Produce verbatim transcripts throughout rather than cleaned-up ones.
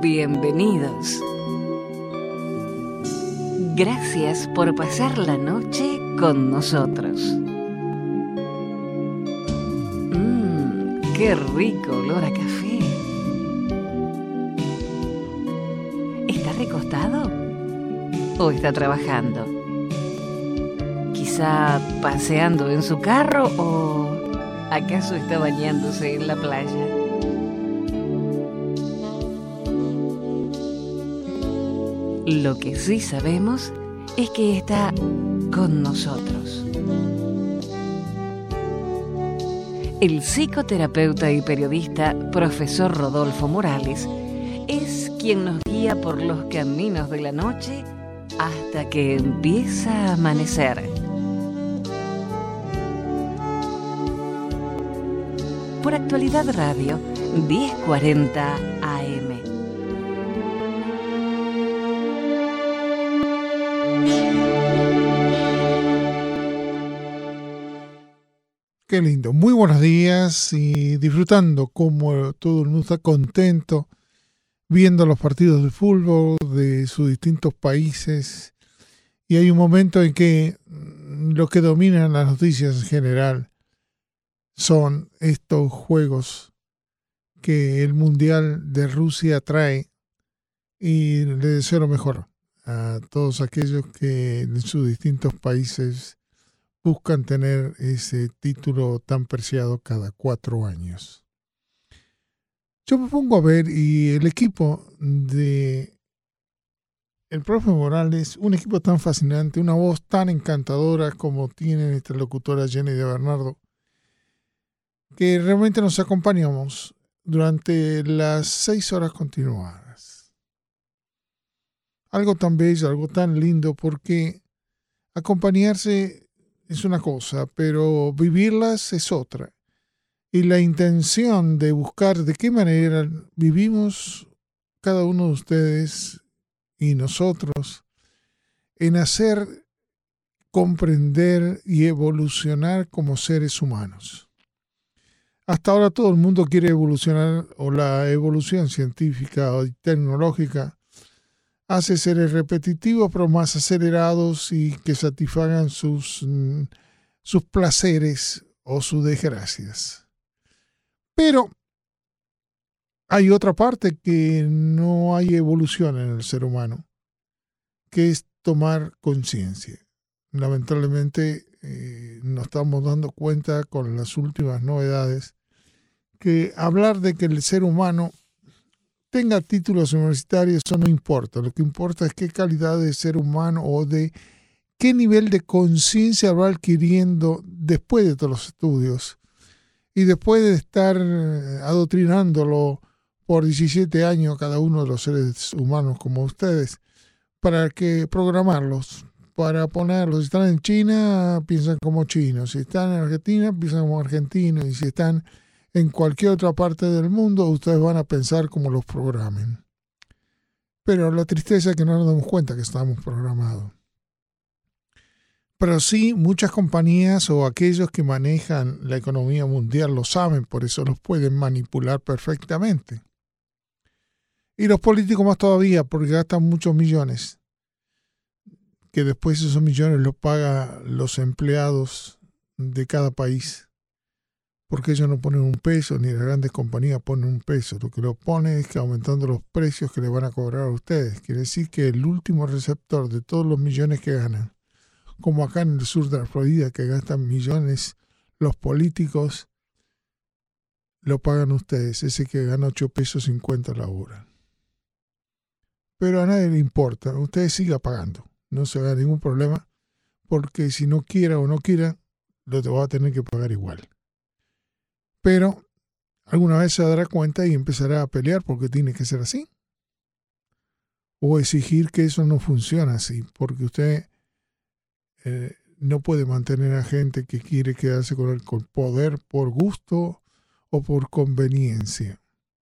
Bienvenidos. Gracias por pasar la noche con nosotros. Mmm, qué rico olor a café. ¿Está recostado o está trabajando? Quizá paseando en su carro o acaso está bañándose en la playa. Lo que sí sabemos es que está con nosotros. El psicoterapeuta y periodista profesor Rodolfo Morales es quien nos guía por los caminos de la noche hasta que empieza a amanecer. Por Actualidad Radio, diez cuarenta A M. Qué lindo. Muy buenos días y disfrutando como todo el mundo está contento viendo los partidos de fútbol de sus distintos países. Y hay un momento en que lo que dominan las noticias en general son estos juegos que el Mundial de Rusia trae, y le deseo lo mejor a todos aquellos que en sus distintos países buscan tener ese título tan preciado cada cuatro años. Yo me pongo a ver y el equipo de el profe Morales, un equipo tan fascinante, una voz tan encantadora como tiene nuestra locutora Jenny de Bernardo, que realmente nos acompañamos durante las seis horas continuadas. Algo tan bello, algo tan lindo, porque acompañarse es una cosa, pero vivirlas es otra. Y la intención de buscar de qué manera vivimos cada uno de ustedes y nosotros en hacer comprender y evolucionar como seres humanos. Hasta ahora todo el mundo quiere evolucionar, o la evolución científica o tecnológica hace seres repetitivos pero más acelerados y que satisfagan sus, sus placeres o sus desgracias. Pero hay otra parte que no hay evolución en el ser humano, que es tomar conciencia. Lamentablemente eh, nos estamos dando cuenta con las últimas novedades que hablar de que el ser humano tenga títulos universitarios, eso no importa. Lo que importa es qué calidad de ser humano o de qué nivel de conciencia va adquiriendo después de todos los estudios y después de estar adoctrinándolo por diecisiete años cada uno de los seres humanos como ustedes, para que programarlos, para ponerlos. Si están en China, piensan como chinos. Si están en Argentina, piensan como argentinos. Y si están en cualquier otra parte del mundo, ustedes van a pensar como los programen. Pero la tristeza es que no nos damos cuenta que estamos programados. Pero sí, muchas compañías o aquellos que manejan la economía mundial lo saben, por eso los pueden manipular perfectamente. Y los políticos más todavía, porque gastan muchos millones, que después esos millones los pagan los empleados de cada país. Porque ellos no ponen un peso, ni las grandes compañías ponen un peso. Lo que lo ponen es que aumentando los precios que le van a cobrar a ustedes. Quiere decir que el último receptor de todos los millones que ganan, como acá en el sur de la Florida, que gastan millones los políticos, lo pagan ustedes. Ese que gana ocho pesos cincuenta la hora. Pero a nadie le importa. Ustedes sigan pagando. No se haga ningún problema, porque si no quiera o no quiera, lo te va a tener que pagar igual. Pero alguna vez se dará cuenta y empezará a pelear porque tiene que ser así. O exigir que eso no funciona así, porque usted eh, no puede mantener a gente que quiere quedarse con el con poder por gusto o por conveniencia.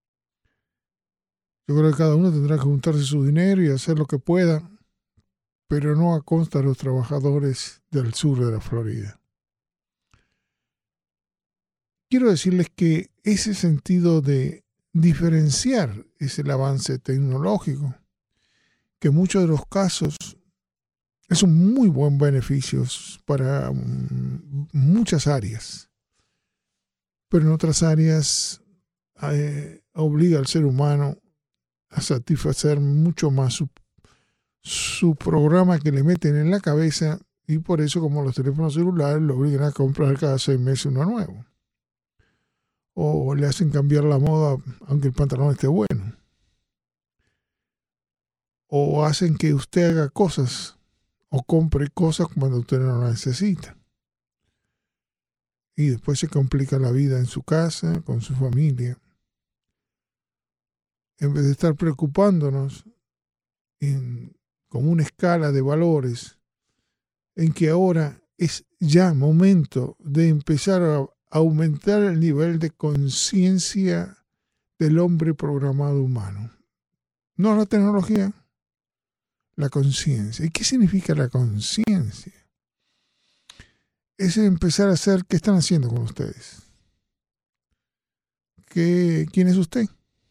Yo creo que cada uno tendrá que juntarse su dinero y hacer lo que pueda, pero no a costa de los trabajadores del sur de la Florida. Quiero decirles que ese sentido de diferenciar es el avance tecnológico, que en muchos de los casos es un muy buen beneficio para um, muchas áreas, pero en otras áreas eh, obliga al ser humano a satisfacer mucho más su, su programa que le meten en la cabeza, y por eso, como los teléfonos celulares, lo obligan a comprar cada seis meses uno nuevo, o le hacen cambiar la moda aunque el pantalón esté bueno, o hacen que usted haga cosas o compre cosas cuando usted no las necesita. Y después se complica la vida en su casa, con su familia. En vez de estar preocupándonos en, con una escala de valores en que ahora es ya momento de empezar a aumentar el nivel de conciencia del hombre programado humano. No la tecnología, la conciencia. ¿Y qué significa la conciencia? Es empezar a hacer qué están haciendo con ustedes. ¿Qué, ¿Quién es usted?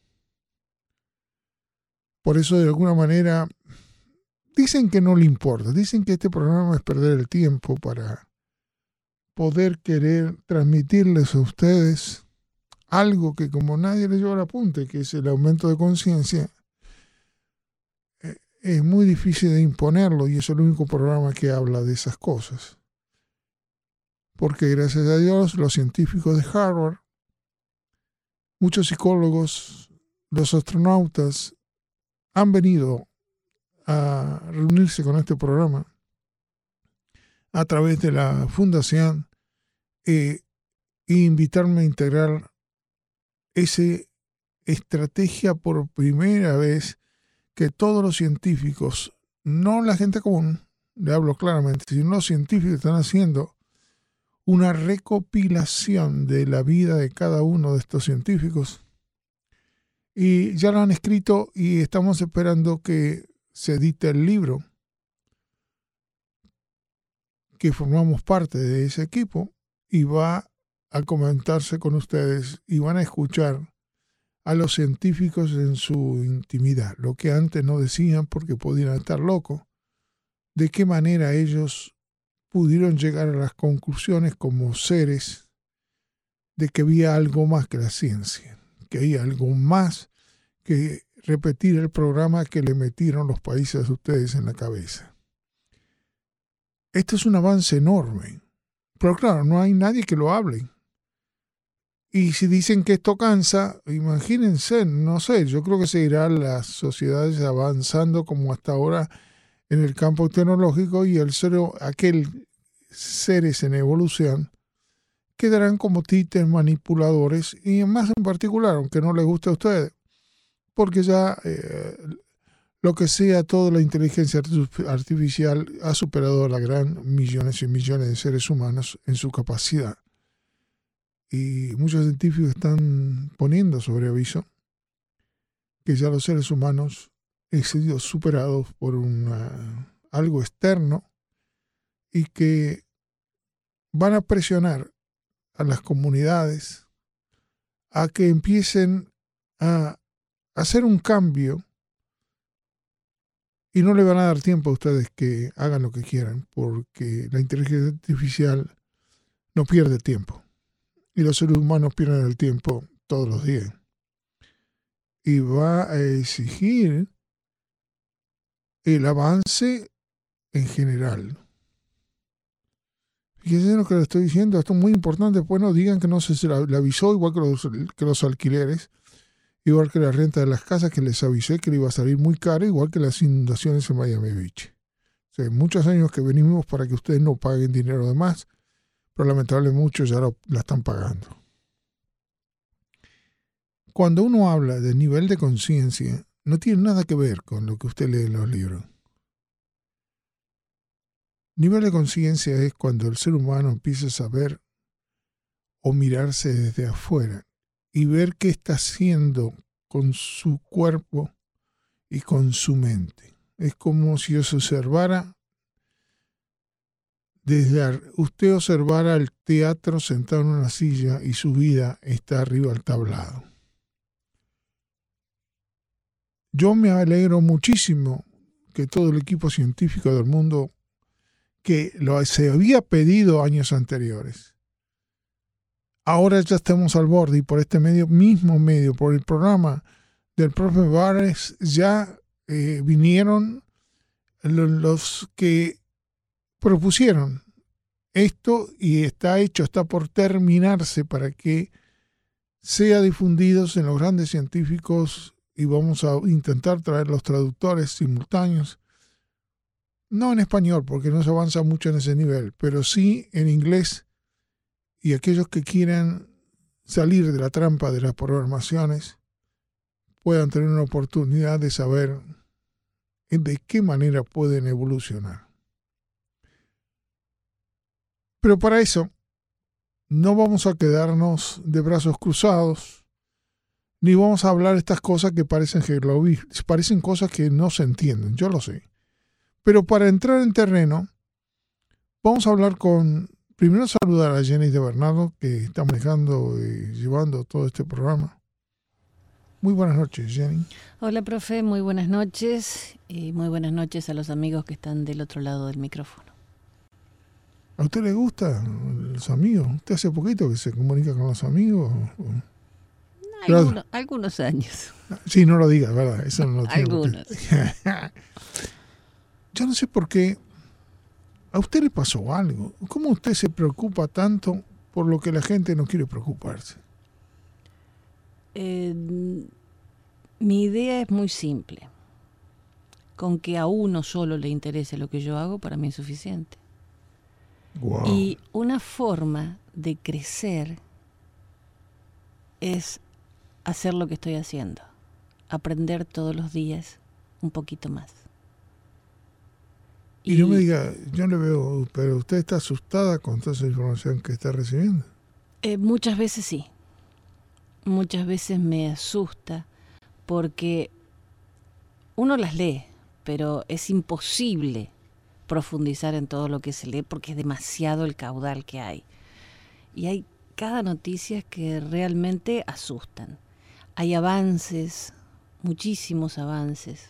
Por eso, de alguna manera, dicen que no le importa. Dicen que este programa es perder el tiempo para poder querer transmitirles a ustedes algo que, como nadie les lleva el apunte, que es el aumento de conciencia, es muy difícil de imponerlo, y es el único programa que habla de esas cosas. Porque gracias a Dios, los científicos de Harvard, muchos psicólogos, los astronautas, han venido a reunirse con este programa a través de la fundación eh, e invitarme a integrar esa estrategia por primera vez, que todos los científicos, no la gente común, le hablo claramente, sino los científicos están haciendo una recopilación de la vida de cada uno de estos científicos, y ya lo han escrito y estamos esperando que se edite el libro, que formamos parte de ese equipo, y va a comentarse con ustedes y van a escuchar a los científicos en su intimidad, lo que antes no decían porque podían estar locos, de qué manera ellos pudieron llegar a las conclusiones como seres de que había algo más que la ciencia, que había algo más que repetir el programa que le metieron los países a ustedes en la cabeza. Esto es un avance enorme, pero claro, no hay nadie que lo hable. Y si dicen que esto cansa, imagínense, no sé, yo creo que seguirán las sociedades avanzando como hasta ahora en el campo tecnológico, y el ser, aquel seres en evolución quedarán como títeres manipuladores, y más en particular, aunque no les guste a ustedes, porque ya eh, lo que sea, toda la inteligencia artificial ha superado a la gran millones y millones de seres humanos en su capacidad. Y muchos científicos están poniendo sobre aviso que ya los seres humanos han sido superados por una, algo externo, y que van a presionar a las comunidades a que empiecen a hacer un cambio, y no le van a dar tiempo a ustedes que hagan lo que quieran, porque la inteligencia artificial no pierde tiempo. Y los seres humanos pierden el tiempo todos los días. Y va a exigir el avance en general. Fíjense lo que le estoy diciendo, esto es muy importante, pues no digan que no se le avisó, igual que los, que los alquileres, igual que la renta de las casas, que les avisé que le iba a salir muy caro, igual que las inundaciones en Miami Beach. O sea, muchos años que venimos para que ustedes no paguen dinero de más, pero lamentablemente muchos ya lo, la están pagando. Cuando uno habla de nivel de conciencia, no tiene nada que ver con lo que usted lee en los libros. Nivel de conciencia es cuando el ser humano empieza a saber o mirarse desde afuera y ver qué está haciendo con su cuerpo y con su mente. Es como si se observara desde usted observara el teatro sentado en una silla y su vida está arriba del tablado. Yo me alegro muchísimo que todo el equipo científico del mundo, que lo se había pedido años anteriores, ahora ya estamos al borde y por este medio, mismo medio, por el programa del profe Bares, ya eh, vinieron los que propusieron esto y está hecho, está por terminarse para que sea difundido en los grandes científicos y vamos a intentar traer los traductores simultáneos, no en español porque no se avanza mucho en ese nivel, pero sí en inglés, y aquellos que quieran salir de la trampa de las programaciones puedan tener una oportunidad de saber de qué manera pueden evolucionar. Pero para eso no vamos a quedarnos de brazos cruzados, ni vamos a hablar estas cosas que parecen jeroglíficos, parecen cosas que no se entienden, yo lo sé. Pero para entrar en terreno, vamos a hablar con, primero saludar a Jenny de Bernardo, que está manejando y llevando todo este programa. Muy buenas noches, Jenny. Hola, profe, muy buenas noches y muy buenas noches a los amigos que están del otro lado del micrófono. ¿A usted le gustan los amigos? ¿Usted hace poquito que se comunica con los amigos? Algunos, algunos años. Sí, no lo digas, ¿verdad? Eso no lo tiene. Algunos. Yo no sé por qué. ¿A usted le pasó algo? ¿Cómo usted se preocupa tanto por lo que la gente no quiere preocuparse? Eh, mi idea es muy simple. Con que a uno solo le interese lo que yo hago, para mí es suficiente. Wow. Y una forma de crecer es hacer lo que estoy haciendo. Aprender todos los días un poquito más. Y, y no me diga, yo le veo, pero usted está asustada con toda esa información que está recibiendo. Eh, muchas veces sí. Muchas veces me asusta porque uno las lee, pero es imposible profundizar en todo lo que se lee porque es demasiado el caudal que hay. Y hay cada noticia que realmente asustan. Hay avances, muchísimos avances.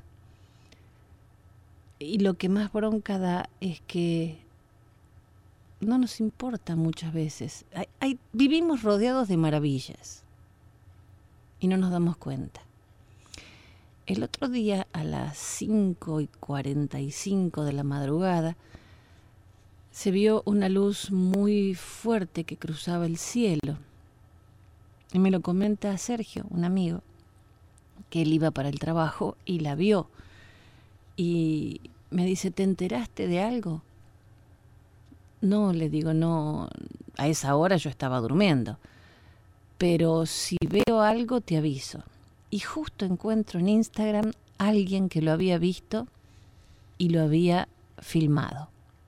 Y lo que más bronca da es que no nos importa muchas veces. Hay, hay, vivimos rodeados de maravillas y no nos damos cuenta. El otro día a las cinco y cuarenta y cinco de la madrugada se vio una luz muy fuerte que cruzaba el cielo. Y me lo comenta Sergio, un amigo, que él iba para el trabajo y la vio. Y me dice, ¿te enteraste de algo? No, le digo, no, a esa hora yo estaba durmiendo. Pero si veo algo te aviso. Y justo encuentro en Instagram a alguien que lo había visto y lo había filmado.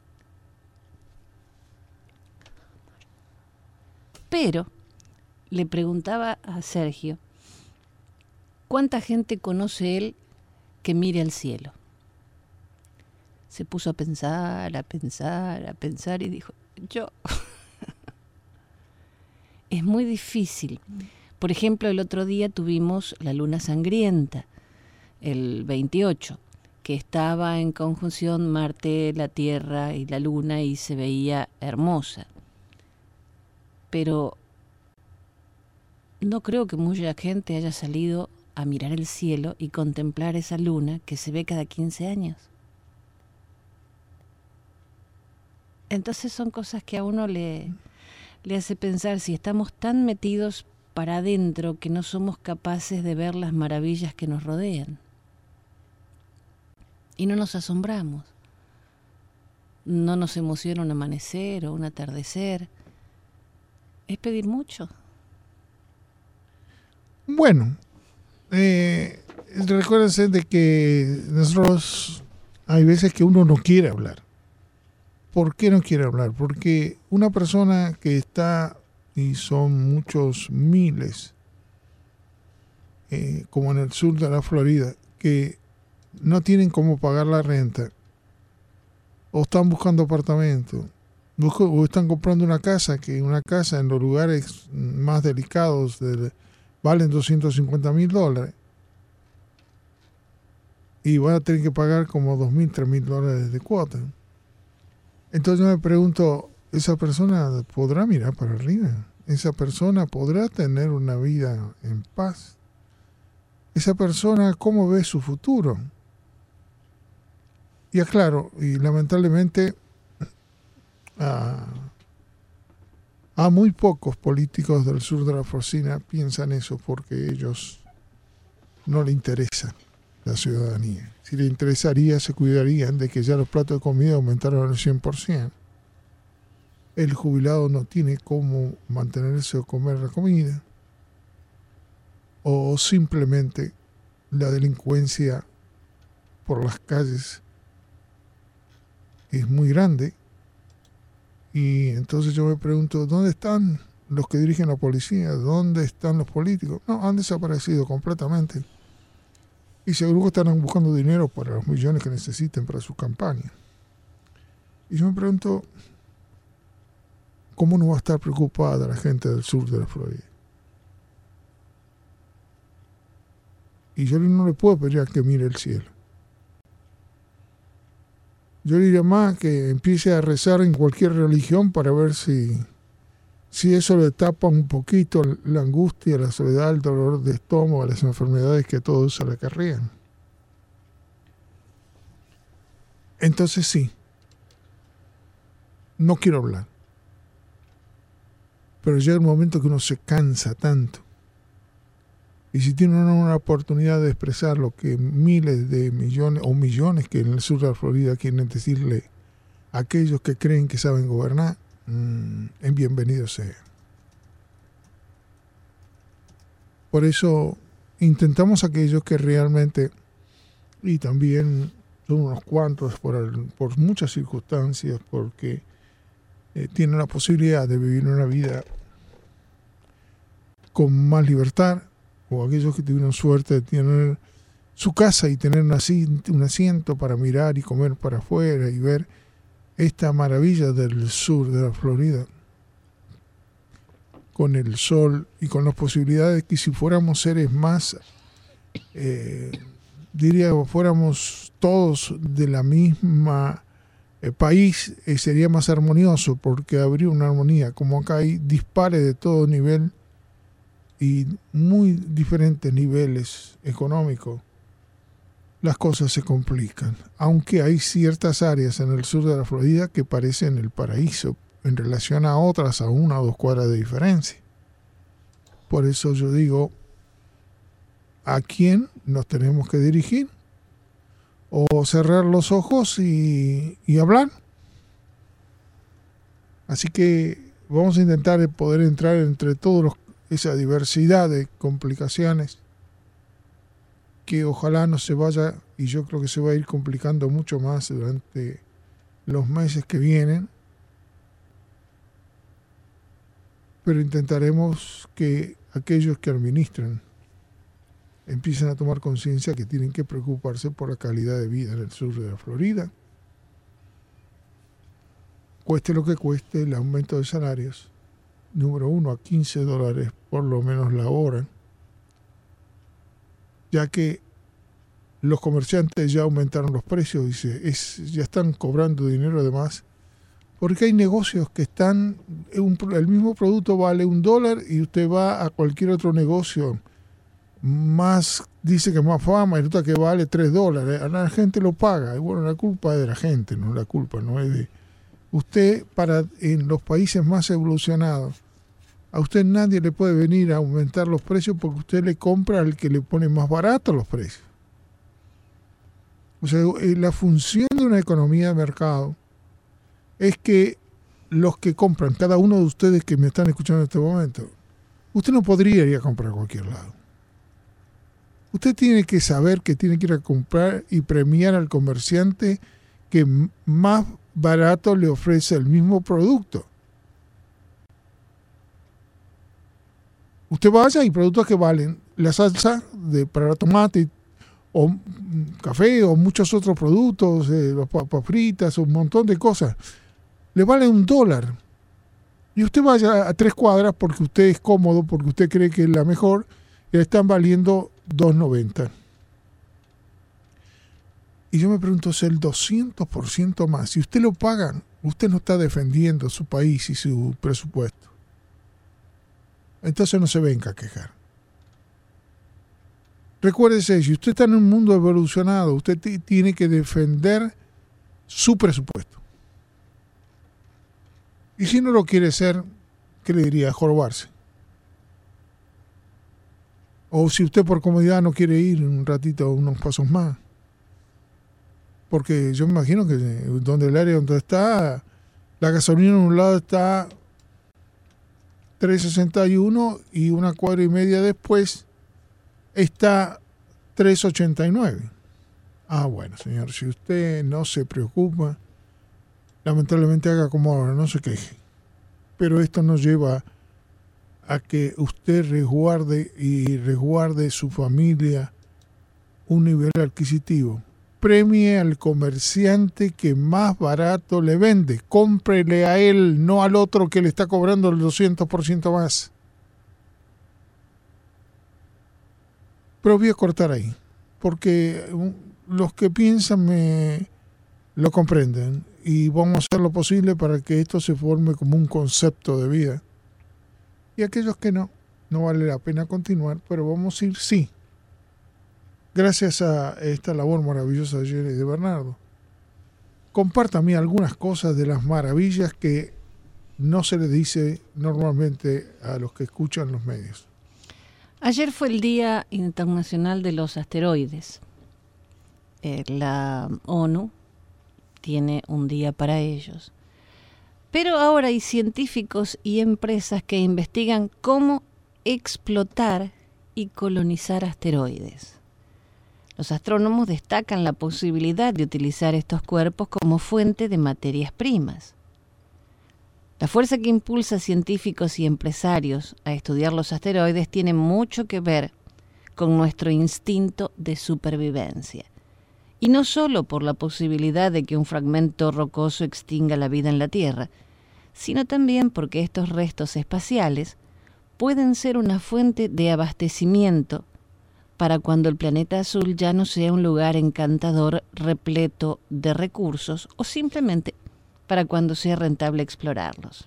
Pero le preguntaba a Sergio, ¿cuánta gente conoce él que mire al cielo? Se puso a pensar, a pensar, a pensar y dijo, yo. Es muy difícil. Por ejemplo, el otro día tuvimos la luna sangrienta, el veintiocho, que estaba en conjunción Marte, la Tierra y la Luna y se veía hermosa. Pero no creo que mucha gente haya salido a mirar el cielo y contemplar esa luna que se ve cada quince años. Entonces son cosas que a uno le, le hace pensar si estamos tan metidos para adentro que no somos capaces de ver las maravillas que nos rodean. Y no nos asombramos. No nos emociona un amanecer o un atardecer. Es pedir mucho. Bueno, eh, recuérdense de que nosotros hay veces que uno no quiere hablar. ¿Por qué no quiere hablar? Porque una persona que está, y son muchos miles, eh, como en el sur de la Florida, que no tienen cómo pagar la renta, o están buscando apartamento, o están comprando una casa, que una casa en los lugares más delicados de, valen doscientos cincuenta mil dólares. y van a tener que pagar como dos mil, tres mil dólares de cuota. Entonces yo me pregunto, ¿esa persona podrá mirar para arriba? ¿Esa persona podrá tener una vida en paz? ¿Esa persona cómo ve su futuro? Y aclaro, y lamentablemente a, a muy pocos políticos del sur de la Florida piensan eso, porque ellos no les interesa la ciudadanía. Si les interesaría, se cuidarían de que ya los platos de comida aumentaron al cien por ciento. El jubilado no tiene cómo mantenerse o comer la comida. O simplemente la delincuencia por las calles es muy grande. Y entonces yo me pregunto, ¿dónde están los que dirigen la policía? ¿Dónde están los políticos? No, han desaparecido completamente. Y seguro que están buscando dinero para los millones que necesiten para su campaña. Y yo me pregunto, ¿cómo no va a estar preocupada la gente del sur de la Florida? Y yo no le puedo pedir a que mire el cielo. Yo diría más que empiece a rezar en cualquier religión para ver si, si eso le tapa un poquito la angustia, la soledad, el dolor de estómago, las enfermedades que todos se le acarrean. Entonces sí, no quiero hablar. Pero llega el momento que uno se cansa tanto. Y si tiene una, una oportunidad de expresar lo que miles de millones o millones que en el sur de la Florida quieren decirle a aquellos que creen que saben gobernar, mmm, en bienvenido sea. Por eso intentamos aquellos que realmente, y también son unos cuantos por, el, por muchas circunstancias, porque eh, tienen la posibilidad de vivir una vida con más libertad, o aquellos que tuvieron suerte de tener su casa y tener un asiento para mirar y comer para afuera y ver esta maravilla del sur de la Florida, con el sol y con las posibilidades que si fuéramos seres más, eh, diría, fuéramos todos de la misma eh, país, eh, sería más armonioso, porque habría una armonía. Como acá hay dispares de todo nivel y muy diferentes niveles económicos, las cosas se complican. Aunque hay ciertas áreas en el sur de la Florida que parecen el paraíso en relación a otras a una o dos cuadras de diferencia. Por eso yo digo, ¿a quién nos tenemos que dirigir? O cerrar los ojos y, y hablar. Así que vamos a intentar poder entrar entre todos los esa diversidad de complicaciones que ojalá no se vaya, y yo creo que se va a ir complicando mucho más durante los meses que vienen, pero intentaremos que aquellos que administran empiecen a tomar conciencia que tienen que preocuparse por la calidad de vida en el sur de la Florida, cueste lo que cueste el aumento de salarios. Número uno, a quince dólares por lo menos la hora, ya que los comerciantes ya aumentaron los precios y se, es, ya están cobrando dinero de más, porque hay negocios que están, un, el mismo producto vale un dólar y usted va a cualquier otro negocio, más dice que más fama, y resulta que vale tres dólares, a la gente lo paga, y bueno, la culpa es de la gente, no la culpa no es de... Usted, para en los países más evolucionados, a usted nadie le puede venir a aumentar los precios porque usted le compra al que le pone más barato los precios. O sea, la función de una economía de mercado es que los que compran, cada uno de ustedes que me están escuchando en este momento, usted no podría ir a comprar a cualquier lado. Usted tiene que saber que tiene que ir a comprar y premiar al comerciante que más barato le ofrece el mismo producto. Usted vaya y productos que valen la salsa de, para tomate o café o muchos otros productos, eh, las papas fritas, un montón de cosas, le vale un dólar. Y usted vaya a tres cuadras porque usted es cómodo, porque usted cree que es la mejor, y le están valiendo dos noventa. Y yo me pregunto, es el doscientos por ciento más. Si usted lo pagan, usted no está defendiendo su país y su presupuesto. Entonces no se venga a quejar. Recuérdese, si usted está en un mundo evolucionado, usted t- tiene que defender su presupuesto. Y si no lo quiere ser, ¿qué le diría? Jorobarse. O si usted por comodidad no quiere ir un ratito, unos pasos más. Porque yo me imagino que donde el área donde está, la gasolina en un lado está tres sesenta y uno y una cuadra y media después está tres ochenta y nueve. Ah, bueno, señor, si usted no se preocupa, lamentablemente haga como ahora, no se queje. Pero esto nos lleva a que usted resguarde y resguarde su familia un nivel adquisitivo. Premie al comerciante que más barato le vende. Cómprele a él, no al otro que le está cobrando el doscientos por ciento más. Pero voy a cortar ahí, porque los que piensan me lo comprenden y vamos a hacer lo posible para que esto se forme como un concepto de vida. Y aquellos que no, no vale la pena continuar, pero vamos a ir sí. Gracias a esta labor maravillosa de Jerry y de Bernardo. Compártame algunas cosas de las maravillas que no se les dice normalmente a los que escuchan los medios. Ayer fue el Día Internacional de los Asteroides. Eh, la ONU tiene un día para ellos. Pero ahora hay científicos y empresas que investigan cómo explotar y colonizar asteroides. Los astrónomos destacan la posibilidad de utilizar estos cuerpos como fuente de materias primas. La fuerza que impulsa a científicos y empresarios a estudiar los asteroides tiene mucho que ver con nuestro instinto de supervivencia. Y no solo por la posibilidad de que un fragmento rocoso extinga la vida en la Tierra, sino también porque estos restos espaciales pueden ser una fuente de abastecimiento para cuando el planeta azul ya no sea un lugar encantador repleto de recursos o simplemente para cuando sea rentable explorarlos.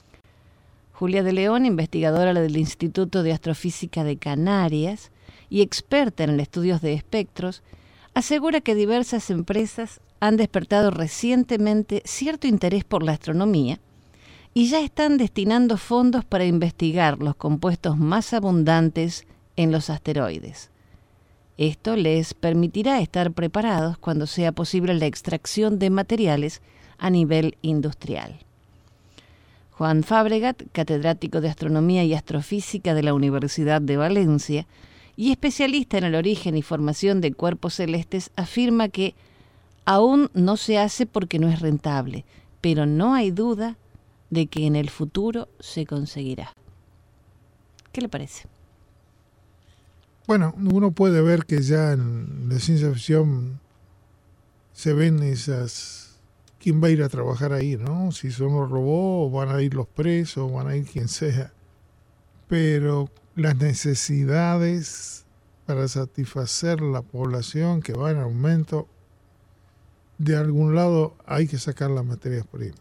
Julia de León, investigadora del Instituto de Astrofísica de Canarias y experta en el estudio de espectros, asegura que diversas empresas han despertado recientemente cierto interés por la astronomía y ya están destinando fondos para investigar los compuestos más abundantes en los asteroides. Esto les permitirá estar preparados cuando sea posible la extracción de materiales a nivel industrial. Juan Fabregat, catedrático de Astronomía y Astrofísica de la Universidad de Valencia y especialista en el origen y formación de cuerpos celestes, afirma que aún no se hace porque no es rentable, pero no hay duda de que en el futuro se conseguirá. ¿Qué le parece? Bueno, uno puede ver que ya en la ciencia ficción se ven esas... ¿Quién va a ir a trabajar ahí, no? Si son los robots, van a ir los presos, van a ir quien sea. Pero las necesidades para satisfacer la población que va en aumento, de algún lado hay que sacar las materias primas.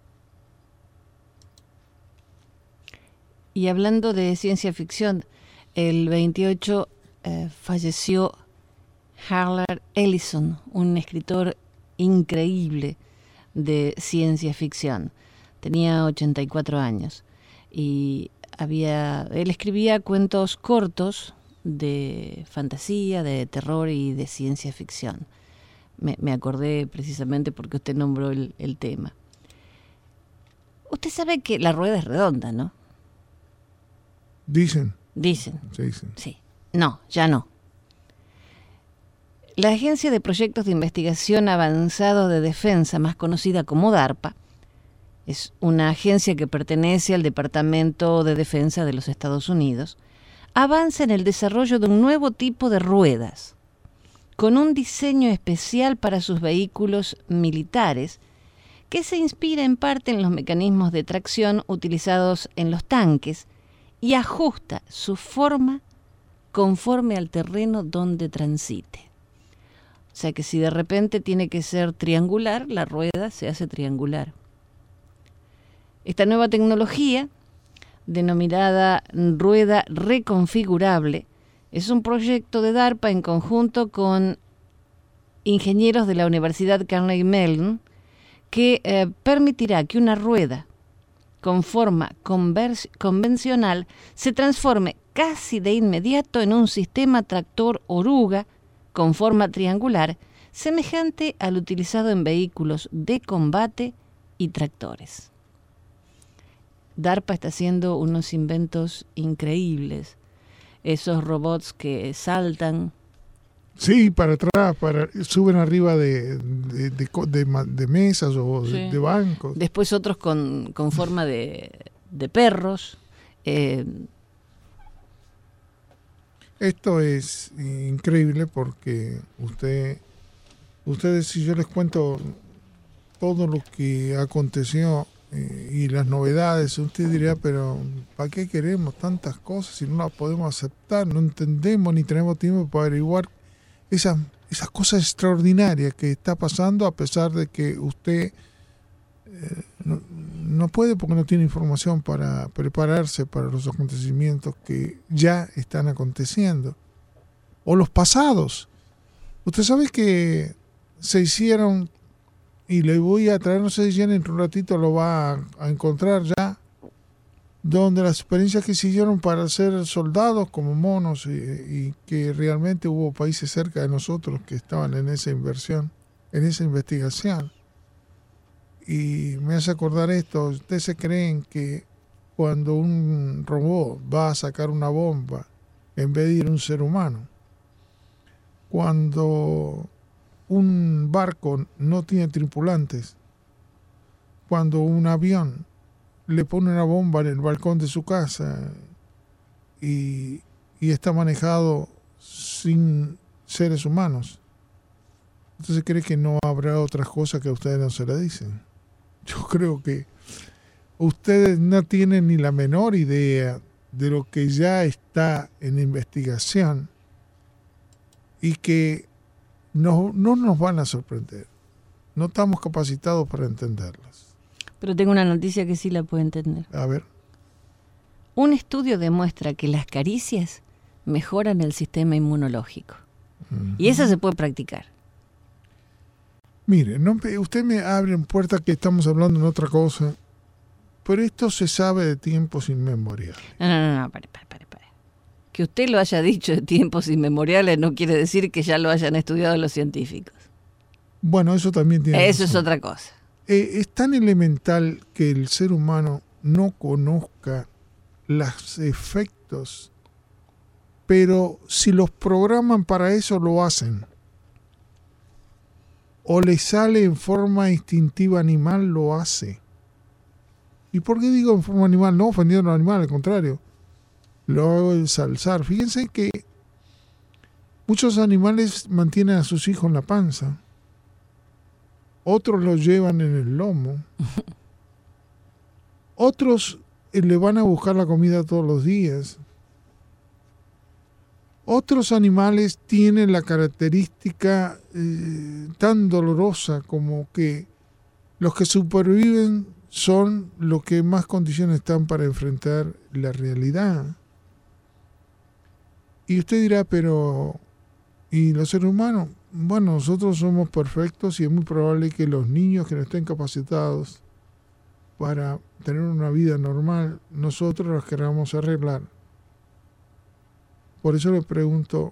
Y hablando de ciencia ficción, el veintiocho eh, falleció Harlan Ellison, un escritor increíble de ciencia ficción. Tenía ochenta y cuatro años y había, él escribía cuentos cortos de fantasía, de terror y de ciencia ficción. Me, me acordé precisamente porque usted nombró el, el tema. Usted sabe que la rueda es redonda, ¿no? Dicen. Dicen. Se dicen. Sí. No, ya no. La Agencia de Proyectos de Investigación Avanzado de Defensa, más conocida como DARPA, es una agencia que pertenece al Departamento de Defensa de los Estados Unidos, avanza en el desarrollo de un nuevo tipo de ruedas, con un diseño especial para sus vehículos militares, que se inspira en parte en los mecanismos de tracción utilizados en los tanques y ajusta su forma conforme al terreno donde transite. O O sea que si de repente tiene que ser triangular, la rueda se hace triangular. Esta nueva tecnología, denominada rueda reconfigurable, es un proyecto de DARPA en conjunto con ingenieros de la Universidad Carnegie Mellon que eh, permitirá que una rueda con forma conver- convencional se transforme casi de inmediato en un sistema tractor oruga con forma triangular, semejante al utilizado en vehículos de combate y tractores. DARPA está haciendo unos inventos increíbles. Esos robots que saltan. Sí, para atrás, para suben arriba de, de, de, de, de mesas o sí. de, de bancos. Después otros con, con forma de, de perros. Eh, Esto es increíble porque usted, ustedes, si yo les cuento todo lo que aconteció eh, y las novedades, usted dirá, pero ¿para qué queremos tantas cosas si no las podemos aceptar? No entendemos ni tenemos tiempo para averiguar esas, esas cosas extraordinarias que está pasando, a pesar de que usted eh, no, no puede porque no tiene información para prepararse para los acontecimientos que ya están aconteciendo o los pasados. Usted sabe que se hicieron, y le voy a traer, no sé si ya en un ratito lo va a, a encontrar ya, donde las experiencias que se hicieron para ser soldados como monos y, y que realmente hubo países cerca de nosotros que estaban en esa inversión, en esa investigación. Y me hace acordar esto, ¿ustedes se creen que cuando un robot va a sacar una bomba, en vez de ir un ser humano, cuando un barco no tiene tripulantes, cuando un avión le pone una bomba en el balcón de su casa y, y está manejado sin seres humanos, entonces cree que no habrá otras cosas que a ustedes no se le dicen? Yo creo que ustedes no tienen ni la menor idea de lo que ya está en investigación y que no, no nos van a sorprender. No estamos capacitados para entenderlas. Pero tengo una noticia que sí la puede entender. A ver. Un estudio demuestra que las caricias mejoran el sistema inmunológico. Uh-huh. Y esa se puede practicar. Mire, no, usted me abre en puerta que estamos hablando en otra cosa, pero esto se sabe de tiempos inmemoriales. No, no, no, no, pare, pare, pare, pare. Que usted lo haya dicho de tiempos inmemoriales no quiere decir que ya lo hayan estudiado los científicos. Bueno, eso también tiene Eso razón. Es otra cosa. Eh, es tan elemental que el ser humano no conozca los efectos, pero si los programan para eso, lo hacen. O le sale en forma instintiva animal, lo hace. ¿Y por qué digo en forma animal? No ofendiendo al animal, al contrario. Lo hago ensalzar. Fíjense que muchos animales mantienen a sus hijos en la panza. Otros los llevan en el lomo. Otros le van a buscar la comida todos los días. Otros animales tienen la característica eh, tan dolorosa como que los que superviven son los que más condiciones están para enfrentar la realidad. Y usted dirá, pero ¿y los seres humanos? Bueno, nosotros somos perfectos y es muy probable que los niños que no estén capacitados para tener una vida normal, nosotros los queramos arreglar. Por eso le pregunto,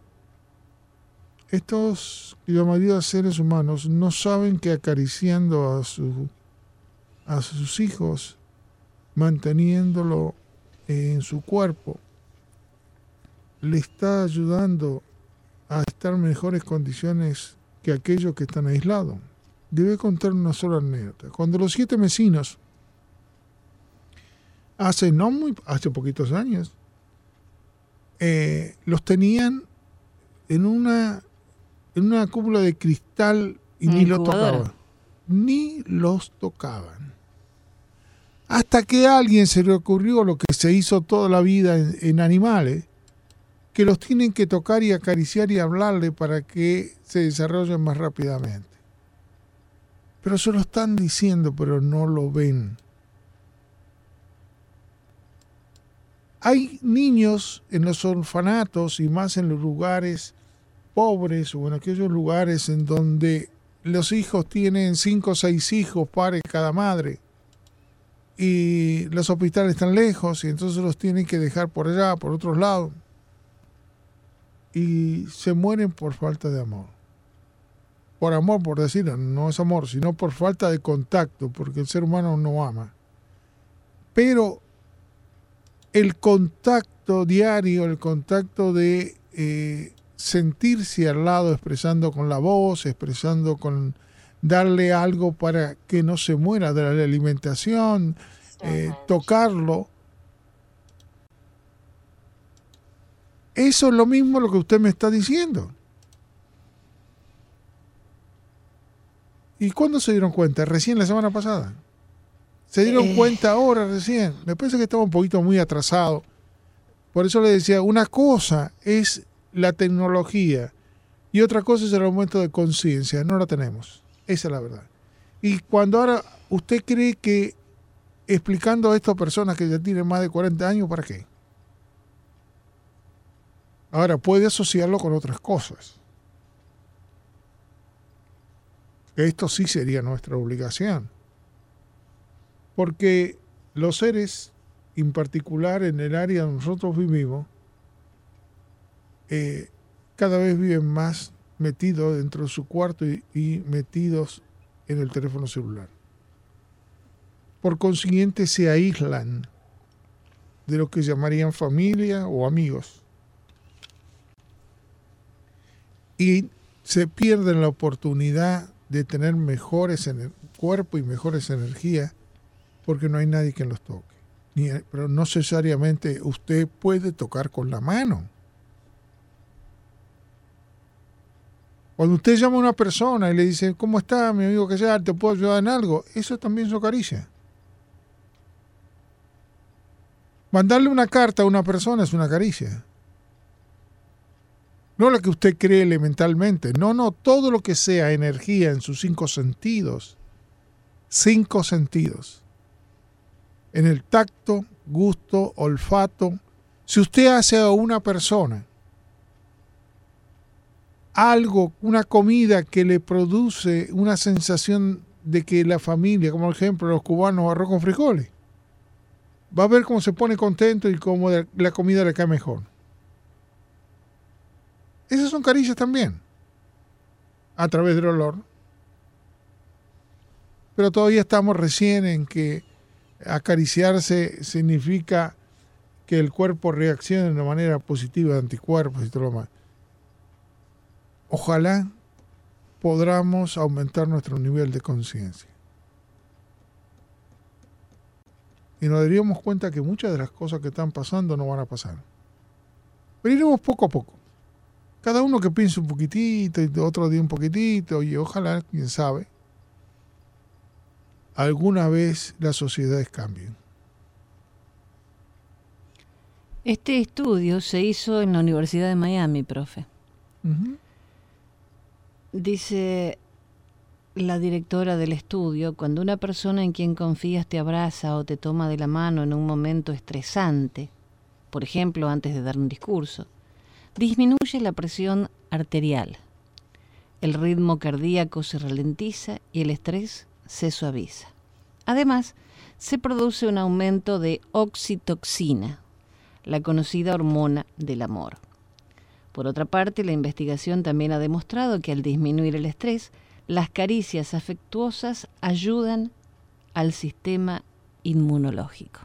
estos, la mayoría de seres humanos no saben que acariciando a, su, a sus hijos, manteniéndolo en su cuerpo, le está ayudando a estar en mejores condiciones que aquellos que están aislados. Debe contar una sola anécdota. Cuando los siete vecinos, hace no muy, hace poquitos años, eh, los tenían en una en una cúpula de cristal y ni los tocaban. Ni los tocaban. Hasta que a alguien se le ocurrió lo que se hizo toda la vida en, en animales, que los tienen que tocar y acariciar y hablarle para que se desarrollen más rápidamente. Pero se lo están diciendo, pero no lo ven. Hay niños en los orfanatos y más en los lugares pobres o en aquellos lugares en donde los hijos tienen cinco o seis hijos, pares cada madre, y los hospitales están lejos y entonces los tienen que dejar por allá, por otros lados, y se mueren por falta de amor. Por amor, por decirlo, no es amor, sino por falta de contacto, porque el ser humano no ama. Pero el contacto diario, el contacto de eh, sentirse al lado, expresando con la voz, expresando con darle algo para que no se muera de la alimentación, eh, tocarlo. Eso es lo mismo lo que usted me está diciendo. ¿Y cuándo se dieron cuenta? Recién la semana pasada. Se dieron eh. cuenta ahora recién. Me parece que estaba un poquito muy atrasado. Por eso le decía, una cosa es la tecnología y otra cosa es el aumento de conciencia. No la tenemos. Esa es la verdad. Y cuando ahora usted cree que explicando esto a personas que ya tienen más de cuarenta años, ¿para qué? Ahora puede asociarlo con otras cosas. Esto sí sería nuestra obligación. Porque los seres, en particular en el área donde nosotros vivimos, eh, cada vez viven más metidos dentro de su cuarto y, y metidos en el teléfono celular. Por consiguiente se aíslan de lo que llamarían familia o amigos. Y se pierden la oportunidad de tener mejores en el cuerpo y mejores energías porque no hay nadie que los toque. Ni, pero no necesariamente usted puede tocar con la mano. Cuando usted llama a una persona y le dice, ¿cómo está, mi amigo? ¿Qué sea? ¿Te puedo ayudar en algo? Eso también es caricia. Mandarle una carta a una persona es una caricia. No la que usted cree elementalmente. No, no, todo lo que sea energía en sus cinco sentidos. Cinco sentidos. En el tacto, gusto, olfato. Si usted hace a una persona algo, una comida que le produce una sensación de que la familia, como por ejemplo los cubanos, arroz con frijoles, va a ver cómo se pone contento y cómo la comida le cae mejor. Esas son caricias también, a través del olor. Pero todavía estamos recién en que acariciarse significa que el cuerpo reaccione de una manera positiva de anticuerpos y todo lo demás. Ojalá podamos aumentar nuestro nivel de conciencia. Y nos daríamos cuenta que muchas de las cosas que están pasando no van a pasar. Pero iremos poco a poco. Cada uno que piense un poquitito y otro día un poquitito, y ojalá, quién sabe, alguna vez las sociedades cambien. Este estudio se hizo en la Universidad de Miami, profe. Uh-huh. Dice la directora del estudio, cuando una persona en quien confías te abraza o te toma de la mano en un momento estresante, por ejemplo, antes de dar un discurso, disminuye la presión arterial, el ritmo cardíaco se ralentiza y el estrés se suaviza. Además, se produce un aumento de oxitocina, la conocida hormona del amor. Por otra parte, la investigación también ha demostrado que al disminuir el estrés, las caricias afectuosas ayudan al sistema inmunológico.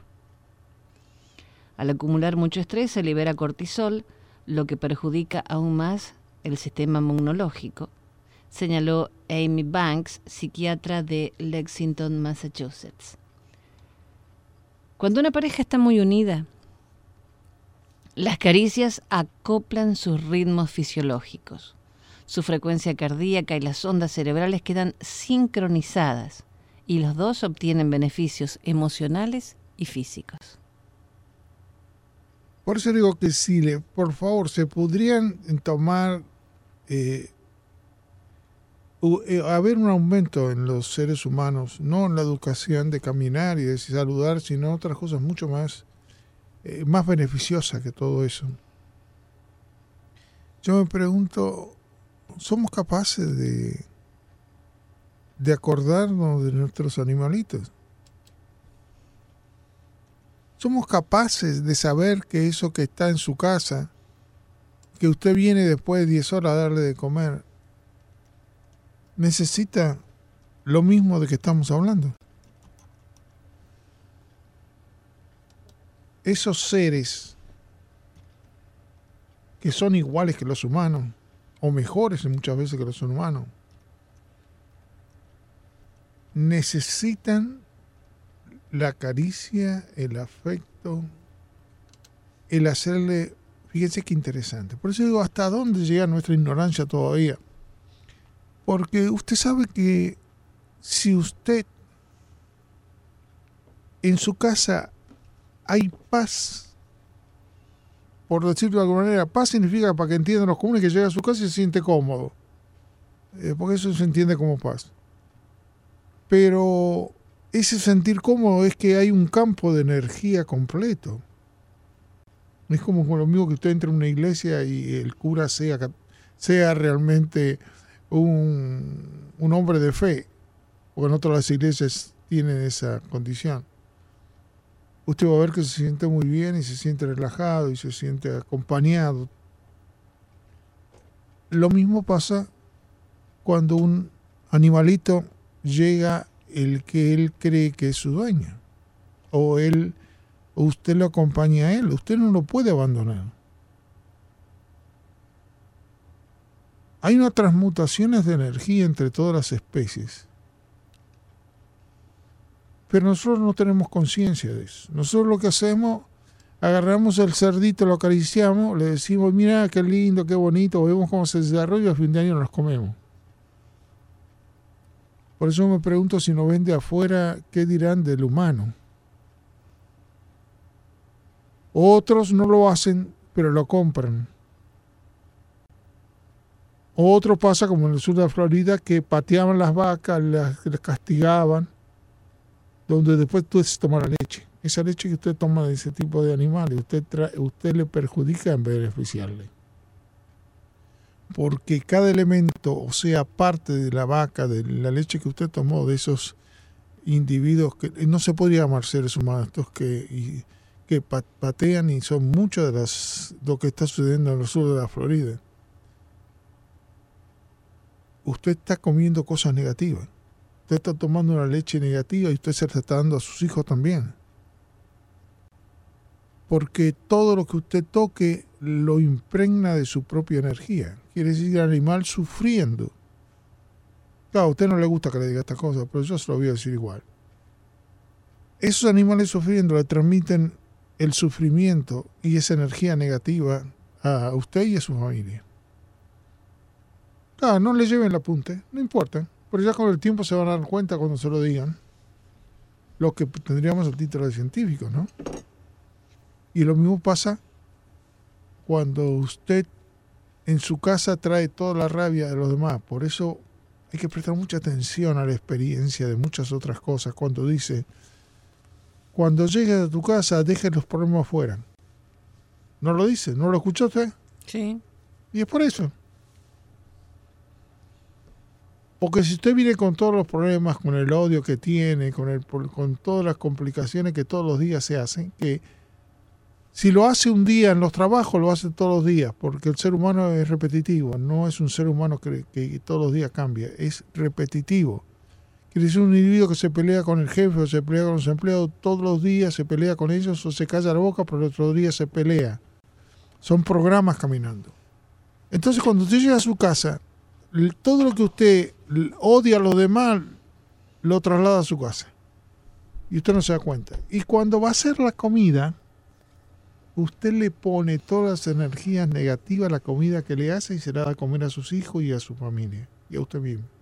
Al acumular mucho estrés se libera cortisol, lo que perjudica aún más el sistema inmunológico, señaló Amy Banks, psiquiatra de Lexington, Massachusetts. Cuando una pareja está muy unida, las caricias acoplan sus ritmos fisiológicos. Su frecuencia cardíaca y las ondas cerebrales quedan sincronizadas y los dos obtienen beneficios emocionales y físicos. Por eso digo que si, le, por favor, se podrían tomar, eh, uh, eh, haber un aumento en los seres humanos, no en la educación de caminar y de saludar, sino otras cosas mucho más, eh, más beneficiosas que todo eso. Yo me pregunto, ¿somos capaces de, de acordarnos de nuestros animalitos? ¿Somos capaces de saber que eso que está en su casa, que usted viene después de diez horas a darle de comer, necesita lo mismo de que estamos hablando? Esos seres que son iguales que los humanos, o mejores muchas veces que los humanos, necesitan la caricia, el afecto, el hacerle... Fíjense qué interesante. Por eso digo, ¿hasta dónde llega nuestra ignorancia todavía? Porque usted sabe que si usted en su casa hay paz, por decirlo de alguna manera, paz significa, para que entiendan los comunes, que llega a su casa y se siente cómodo. Eh, porque eso se entiende como paz. Pero ese sentir cómodo es que hay un campo de energía completo. Es como con lo mismo que usted entra en una iglesia y el cura sea, sea realmente un, un hombre de fe, porque no todas las iglesias tienen esa condición. Usted va a ver que se siente muy bien y se siente relajado y se siente acompañado. Lo mismo pasa cuando un animalito llega el que él cree que es su dueño, o él, o usted lo acompaña a él, usted no lo puede abandonar. Hay unas transmutaciones de energía entre todas las especies, pero nosotros no tenemos conciencia de eso. Nosotros lo que hacemos, agarramos el cerdito, lo acariciamos, le decimos, mira qué lindo, qué bonito, vemos cómo se desarrolla y al fin de año nos los comemos. Por eso me pregunto, si nos ven de afuera, ¿qué dirán del humano? Otros no lo hacen, pero lo compran. Otro pasa como en el sur de la Florida, que pateaban las vacas, las, las castigaban, donde después tú se toma la leche. Esa leche que usted toma de ese tipo de animales, usted, trae, usted le perjudica en vez de beneficiarle. Porque cada elemento, o sea, parte de la vaca, de la leche que usted tomó, de esos individuos que no se podría llamar seres humanos, estos que, y, que patean y son mucho de las, lo que está sucediendo en el sur de la Florida. Usted está comiendo cosas negativas. Usted está tomando una leche negativa y usted se la está dando a sus hijos también. Porque todo lo que usted toque lo impregna de su propia energía. Quiere decir el animal sufriendo. Claro, a usted no le gusta que le diga estas cosas, pero yo se lo voy a decir igual. Esos animales sufriendo le transmiten el sufrimiento y esa energía negativa a usted y a su familia. Claro, no le lleven el apunte, no importa. Pero ya con el tiempo se van a dar cuenta cuando se lo digan. Lo que tendríamos el título de científicos, ¿no? Y lo mismo pasa cuando usted en su casa trae toda la rabia de los demás. Por eso hay que prestar mucha atención a la experiencia de muchas otras cosas. Cuando dice, cuando llegues a tu casa, deje los problemas afuera. ¿No lo dice? ¿No lo escuchó usted? Sí. Y es por eso. Porque si usted viene con todos los problemas, con el odio que tiene, con, el, con todas las complicaciones que todos los días se hacen, que si lo hace un día en los trabajos, lo hace todos los días, porque el ser humano es repetitivo, no es un ser humano que, que todos los días cambia, es repetitivo. Quiere decir un individuo que se pelea con el jefe o se pelea con los empleados todos los días, se pelea con ellos o se calla la boca, pero el otro día se pelea. Son programas caminando. Entonces cuando usted llega a su casa, todo lo que usted odia a los demás lo traslada a su casa. Y usted no se da cuenta. Y cuando va a hacer la comida, usted le pone todas las energías negativas a la comida que le hace y se la da a comer a sus hijos y a su familia. Y a usted mismo.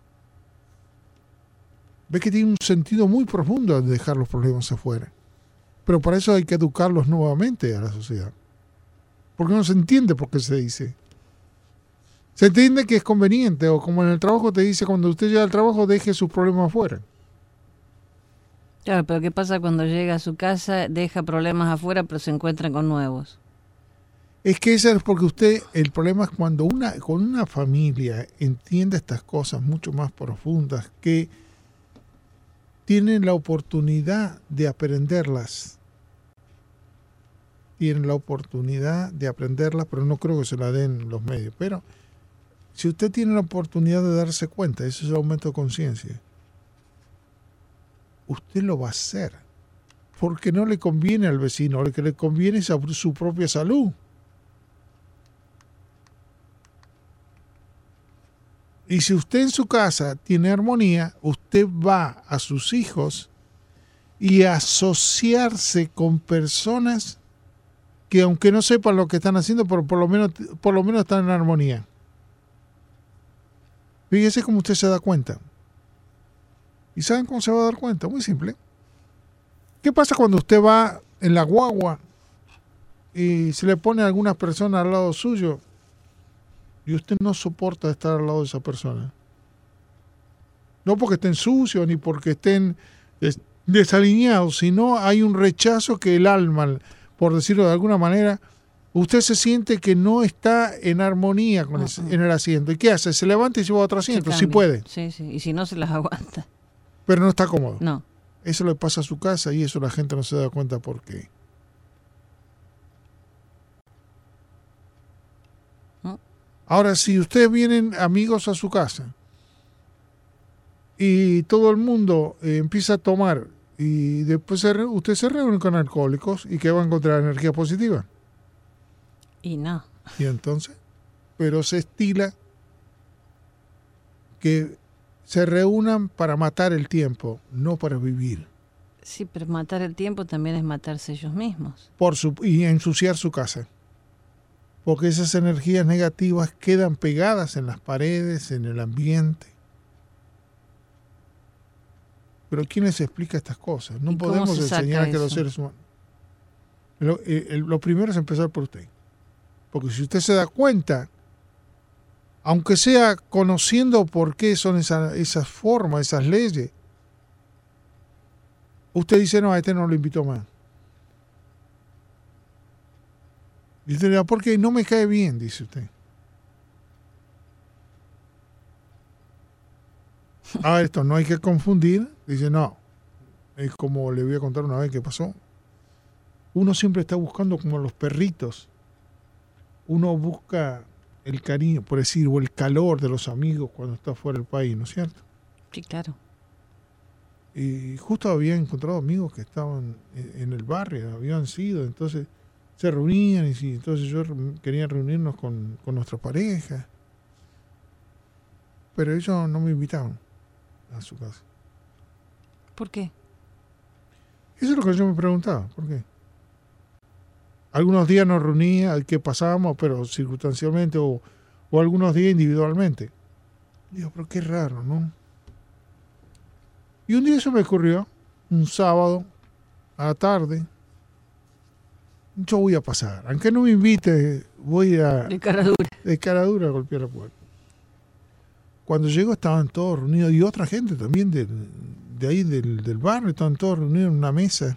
Ve que tiene un sentido muy profundo de dejar los problemas afuera. Pero para eso hay que educarlos nuevamente a la sociedad. Porque no se entiende por qué se dice. Se entiende que es conveniente, o como en el trabajo te dice, cuando usted llega al trabajo, deje sus problemas afuera. Claro, pero ¿qué pasa cuando llega a su casa, deja problemas afuera, pero se encuentra con nuevos? Es que eso es porque usted, el problema es cuando una, con una familia entiende estas cosas mucho más profundas, que tienen la oportunidad de aprenderlas. Tienen la oportunidad de aprenderlas, pero no creo que se la den los medios. Pero si usted tiene la oportunidad de darse cuenta, eso es el aumento de conciencia, usted lo va a hacer. Porque no le conviene al vecino, lo que le conviene es a su propia salud. Y si usted en su casa tiene armonía, usted va a sus hijos y a asociarse con personas que aunque no sepan lo que están haciendo, pero por lo menos, por lo menos están en armonía. Fíjese cómo usted se da cuenta. ¿Y saben cómo se va a dar cuenta? Muy simple. ¿Qué pasa cuando usted va en la guagua y se le pone a alguna persona al lado suyo y usted no soporta estar al lado de esa persona? No porque estén sucios ni porque estén desalineados, sino hay un rechazo que el alma, por decirlo de alguna manera, usted se siente que no está en armonía con ese, en el asiento. ¿Y qué hace? Se levanta y se va a otro asiento, si puede. Sí, sí, y si no, se las aguanta. Pero no está cómodo. No. Eso le pasa a su casa y eso la gente no se da cuenta por qué. ¿No? Ahora, si ustedes vienen amigos a su casa y todo el mundo eh, empieza a tomar y después se re, usted se reúne con alcohólicos, ¿y qué va a encontrar? Energía positiva. Y no. Y entonces, pero se estila que se reúnan para matar el tiempo, no para vivir. Sí, pero matar el tiempo también es matarse ellos mismos. Por su, y ensuciar su casa. Porque esas energías negativas quedan pegadas en las paredes, en el ambiente. Pero ¿quién les explica estas cosas? No podemos enseñar a que los seres humanos... Lo, eh, lo primero es empezar por usted. Porque si usted se da cuenta, aunque sea conociendo por qué son esa, esas formas, esas leyes, usted dice, no, a este no lo invito más. Y usted dirá, ¿por qué? No me cae bien, dice usted. Ah, esto no hay que confundir. Dice, no. Es como le voy a contar una vez que pasó. Uno siempre está buscando como los perritos. Uno busca el cariño, por decir, o el calor de los amigos cuando está fuera del país, ¿no es cierto? Sí, claro. Y justo había encontrado amigos que estaban en el barrio, habían sido, entonces se reunían y sí, entonces yo quería reunirnos con, con nuestra pareja. Pero ellos no me invitaban a su casa. ¿Por qué? Eso es lo que yo me preguntaba, ¿por qué? Algunos días nos reunía, que pasábamos, pero circunstancialmente, o, o algunos días individualmente. Digo, pero qué raro, ¿no? Y un día eso me ocurrió, un sábado, a la tarde. Yo voy a pasar, aunque no me invite, voy a... De cara dura. De cara dura a golpear la puerta. Cuando llego estaban todos reunidos, y otra gente también de, de ahí del, del barrio, estaban todos reunidos en una mesa.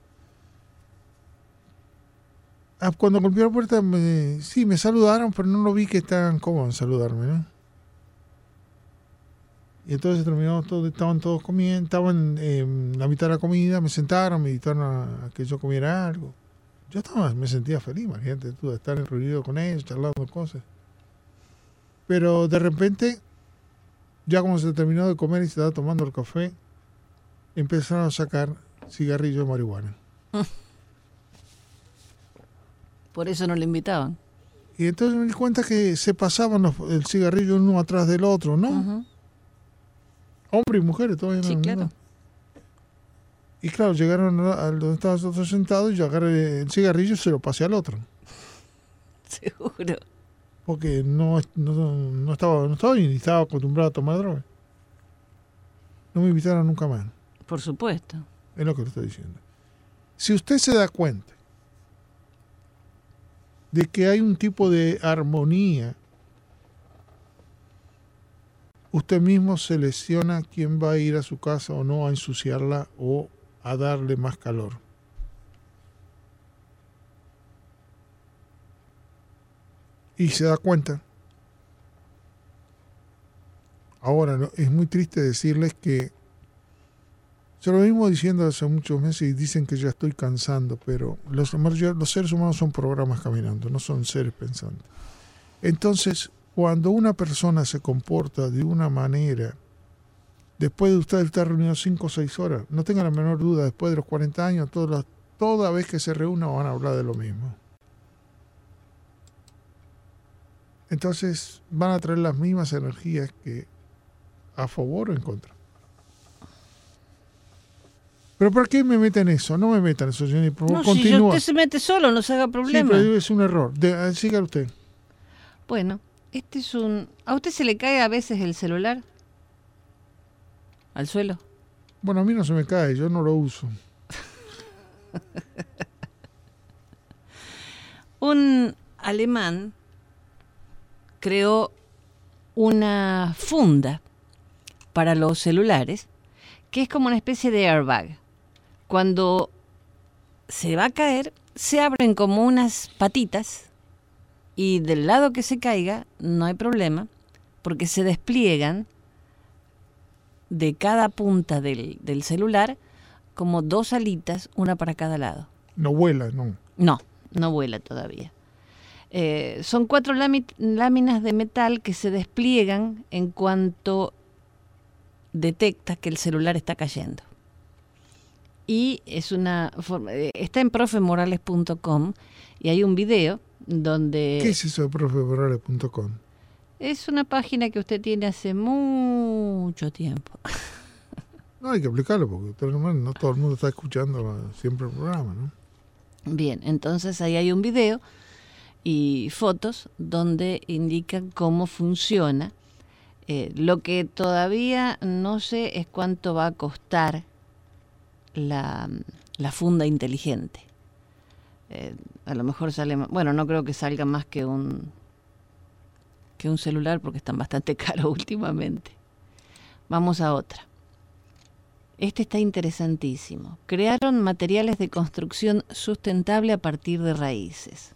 Cuando golpeé la puerta, me, sí, me saludaron, pero no lo vi que estaban cómodos en saludarme, ¿no? Y entonces terminamos todos, estaban todos comiendo, estaban en la mitad de la comida, me sentaron, me invitaron a, a que yo comiera algo. Yo estaba, me sentía feliz, imagínate tú, de estar reunido con ellos, charlando cosas. Pero de repente, ya como se terminó de comer y se estaba tomando el café, empezaron a sacar cigarrillos de marihuana. Por eso no le invitaban. Y entonces me di cuenta que se pasaban los, el cigarrillo uno atrás del otro, ¿no? Uh-huh. Hombres y mujeres, todavía no. Sí, claro. ¿No? Y claro, llegaron a donde estaban nosotros sentados y yo agarré el cigarrillo y se lo pasé al otro. Seguro. Porque no, no, no estaba no estaba ni estaba acostumbrado a tomar droga. No me invitaron nunca más. Por supuesto. Es lo que le estoy diciendo. Si usted se da cuenta de que hay un tipo de armonía, usted mismo selecciona quién va a ir a su casa o no a ensuciarla o a darle más calor. Y se da cuenta. Ahora, ¿no? Es muy triste decirles que se lo mismo diciendo hace muchos meses y dicen que ya estoy cansando, pero los, los seres humanos son programas caminando, no son seres pensantes. Entonces, cuando una persona se comporta de una manera, después de usted estar reunido cinco o seis horas, no tenga la menor duda, después de los cuarenta años, todas las, toda vez que se reúna van a hablar de lo mismo. Entonces van a traer las mismas energías que a favor o en contra. ¿Pero por qué me meten eso? No me metan eso, Jenny. Por favor, no, continúa. Si usted se mete solo, no se haga problema. Sí, pero es un error. De, siga usted. Bueno, este es un... ¿A usted se le cae a veces el celular? ¿Al suelo? Bueno, a mí no se me cae, yo no lo uso. Un alemán creó una funda para los celulares que es como una especie de airbag. Cuando se va a caer, se abren como unas patitas y del lado que se caiga no hay problema porque se despliegan de cada punta del, del celular como dos alitas, una para cada lado. No vuela, no. No, no vuela todavía. Eh, son cuatro lámi- láminas de metal que se despliegan en cuanto detecta que el celular está cayendo. Y es una forma, eh, está en profe morales punto com y hay un video donde... ¿Qué es eso de profe morales punto com? Es una página que usted tiene hace mucho tiempo. No, hay que explicarlo porque no todo el mundo está escuchando siempre el programa, ¿no? Bien, entonces ahí hay un video y fotos donde indican cómo funciona. Eh, lo que todavía no sé es cuánto va a costar la, la funda inteligente. Eh, a lo mejor sale más, bueno, no creo que salga más que un que un celular porque están bastante caros últimamente. Vamos a otra. Este está interesantísimo. Crearon materiales de construcción sustentable a partir de raíces.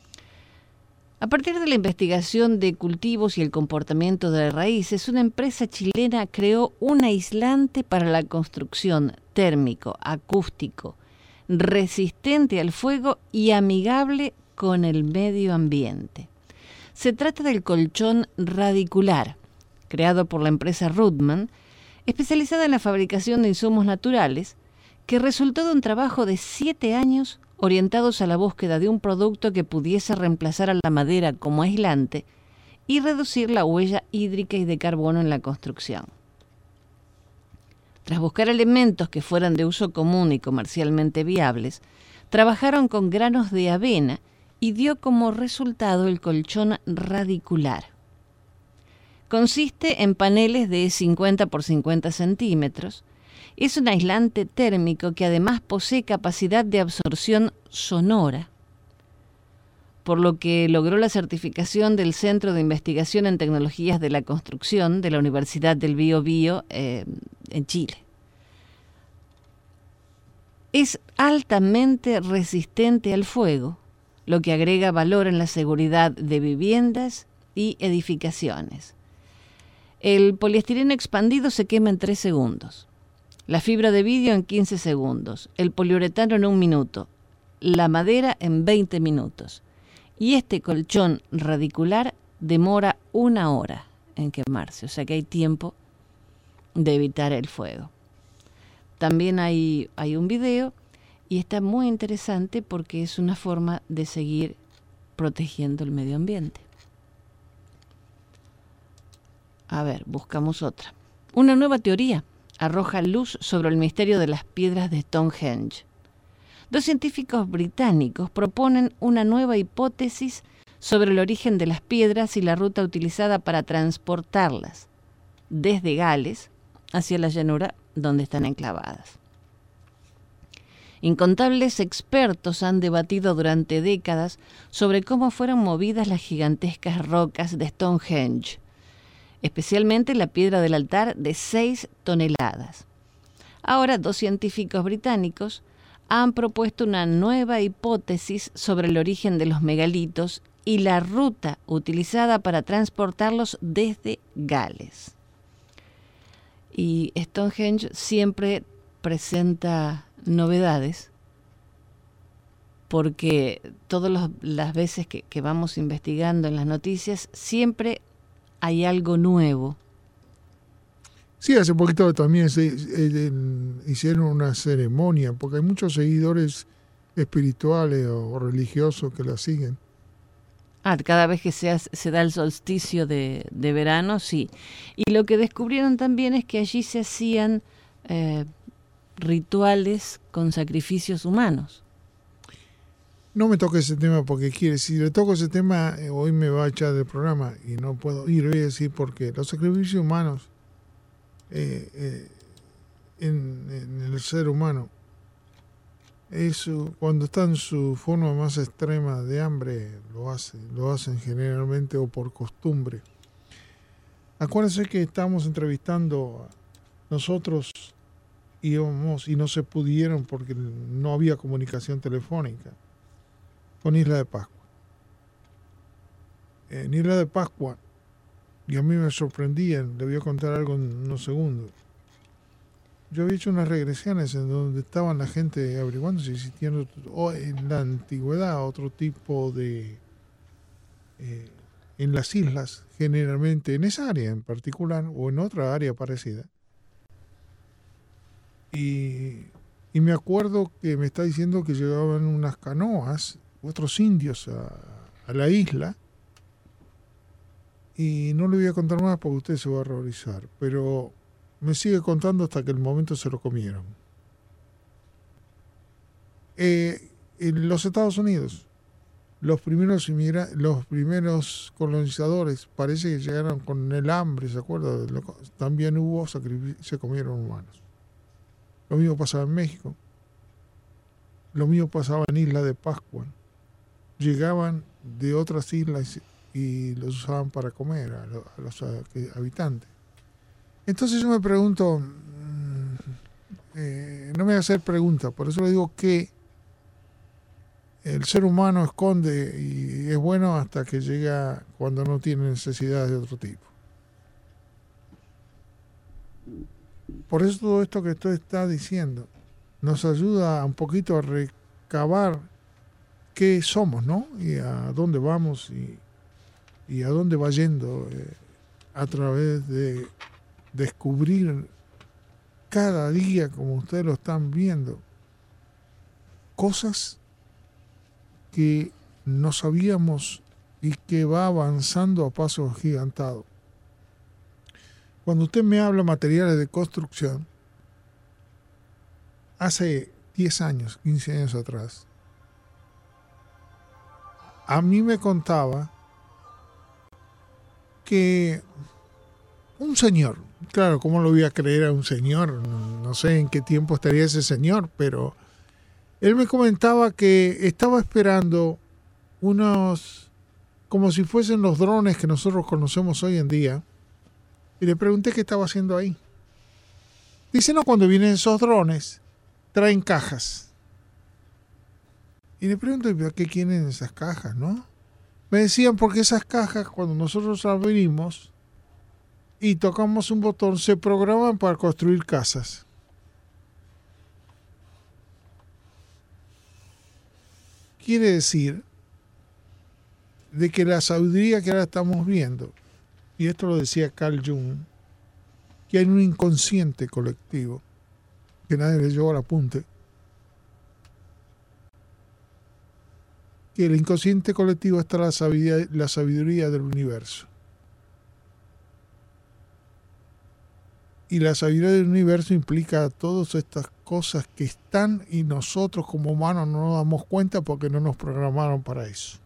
A partir de la investigación de cultivos y el comportamiento de raíces, una empresa chilena creó un aislante para la construcción térmico, acústico, resistente al fuego y amigable con el medio ambiente. Se trata del colchón radicular, creado por la empresa Rudman, especializada en la fabricación de insumos naturales, que resultó de un trabajo de siete años orientados a la búsqueda de un producto que pudiese reemplazar a la madera como aislante y reducir la huella hídrica y de carbono en la construcción. Tras buscar elementos que fueran de uso común y comercialmente viables, trabajaron con granos de avena y dio como resultado el colchón radicular. Consiste en paneles de cincuenta por cincuenta centímetros. Es un aislante térmico que además posee capacidad de absorción sonora, por lo que logró la certificación del Centro de Investigación en Tecnologías de la Construcción de la Universidad del Biobío eh, en Chile. Es altamente resistente al fuego, lo que agrega valor en la seguridad de viviendas y edificaciones. El poliestireno expandido se quema en tres segundos. La fibra de vidrio en quince segundos, el poliuretano en un minuto, la madera en veinte minutos. Y este colchón radicular demora una hora en quemarse, o sea que hay tiempo de evitar el fuego. También hay, hay un video y está muy interesante porque es una forma de seguir protegiendo el medio ambiente. A ver, buscamos otra. Una nueva teoría arroja luz sobre el misterio de las piedras de Stonehenge. Dos científicos británicos proponen una nueva hipótesis sobre el origen de las piedras y la ruta utilizada para transportarlas desde Gales hacia la llanura donde están enclavadas. Incontables expertos han debatido durante décadas sobre cómo fueron movidas las gigantescas rocas de Stonehenge, especialmente la piedra del altar de seis toneladas. Ahora, dos científicos británicos han propuesto una nueva hipótesis sobre el origen de los megalitos y la ruta utilizada para transportarlos desde Gales. Y Stonehenge siempre presenta novedades, porque todas las veces que, que vamos investigando en las noticias, siempre hay algo nuevo. Sí, hace poquito también se, eh, hicieron una ceremonia, porque hay muchos seguidores espirituales o religiosos que la siguen. Ah, cada vez que se, hace, se da el solsticio de, de verano, sí. Y lo que descubrieron también es que allí se hacían eh, rituales con sacrificios humanos. No me toque ese tema porque quiere, si le toco ese tema, eh, hoy me va a echar del programa y no puedo ir. Voy a decir porque los sacrificios humanos eh, eh, en, en el ser humano, eso, cuando está en su forma más extrema de hambre, lo hace, lo hacen generalmente o por costumbre. Acuérdense que estamos entrevistando a nosotros íbamos y no se pudieron porque no había comunicación telefónica con Isla de Pascua. En Isla de Pascua, y a mí me sorprendían, le voy a contar algo en unos segundos. Yo había hecho unas regresiones en donde estaban la gente averiguando si existían o en la antigüedad otro tipo de eh, en las islas, generalmente en esa área en particular o en otra área parecida. Y, y me acuerdo que me está diciendo que llegaban unas canoas, otros indios a, a la isla, y no le voy a contar más porque usted se va a horrorizar, pero me sigue contando hasta que el momento se lo comieron. Eh, en los Estados Unidos, los primeros inmigra- los primeros colonizadores parece que llegaron con el hambre, ¿se acuerda? También hubo sacrificio, se comieron humanos. Lo mismo pasaba en México. Lo mismo pasaba en Isla de Pascua. Llegaban de otras islas y los usaban para comer a los, a los habitantes. Entonces yo me pregunto, eh, no me voy a hacer preguntas, por eso le digo que el ser humano esconde y es bueno hasta que llega cuando no tiene necesidades de otro tipo. Por eso todo esto que usted está diciendo nos ayuda un poquito a recabar qué somos, ¿no? Y a dónde vamos y, y a dónde va yendo eh, a través de descubrir cada día, como ustedes lo están viendo, cosas que no sabíamos y que va avanzando a pasos agigantados. Cuando usted me habla de materiales de construcción, hace diez años, quince años atrás, a mí me contaba que un señor, claro, ¿cómo lo voy a creer a un señor? No, no sé en qué tiempo estaría ese señor, pero él me comentaba que estaba esperando unos, como si fuesen los drones que nosotros conocemos hoy en día, y le pregunté qué estaba haciendo ahí. Dice, no, cuando vienen esos drones, traen cajas. Y le pregunto, ¿a qué quieren esas cajas, no? Me decían, porque esas cajas, cuando nosotros las abrimos y tocamos un botón, se programan para construir casas. Quiere decir de que la sabiduría que ahora estamos viendo, y esto lo decía Carl Jung, que hay un inconsciente colectivo, que nadie le llevó al apunte, que el inconsciente colectivo está la sabiduría, la sabiduría del universo. Y la sabiduría del universo implica todas estas cosas que están y nosotros como humanos no nos damos cuenta porque no nos programaron para eso.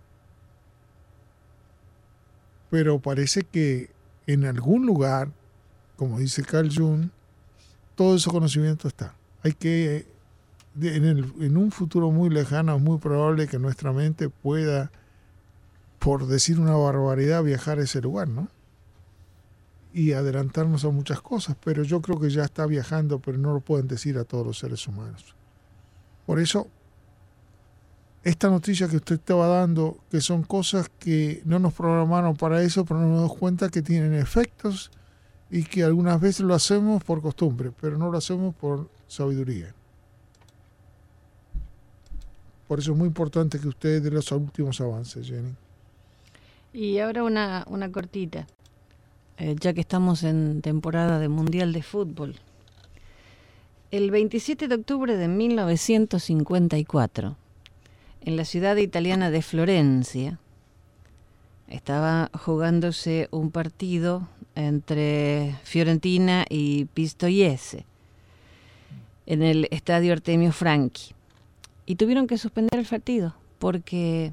Pero parece que en algún lugar, como dice Carl Jung, todo ese conocimiento está. Hay que de, en, el, en un futuro muy lejano es muy probable que nuestra mente pueda, por decir una barbaridad, viajar a ese lugar, ¿no? Y adelantarnos a muchas cosas, pero yo creo que ya está viajando, pero no lo pueden decir a todos los seres humanos. Por eso, esta noticia que usted estaba dando, que son cosas que no nos programaron para eso, pero nos damos cuenta que tienen efectos y que algunas veces lo hacemos por costumbre, pero no lo hacemos por sabiduría. Por eso es muy importante que usted dé los últimos avances, Jenny. Y ahora una, una cortita, eh, ya que estamos en temporada de Mundial de Fútbol. El veintisiete de octubre de mil novecientos cincuenta y cuatro, en la ciudad italiana de Florencia, estaba jugándose un partido entre Fiorentina y Pistoiese en el estadio Artemio Franchi. Y tuvieron que suspender el partido porque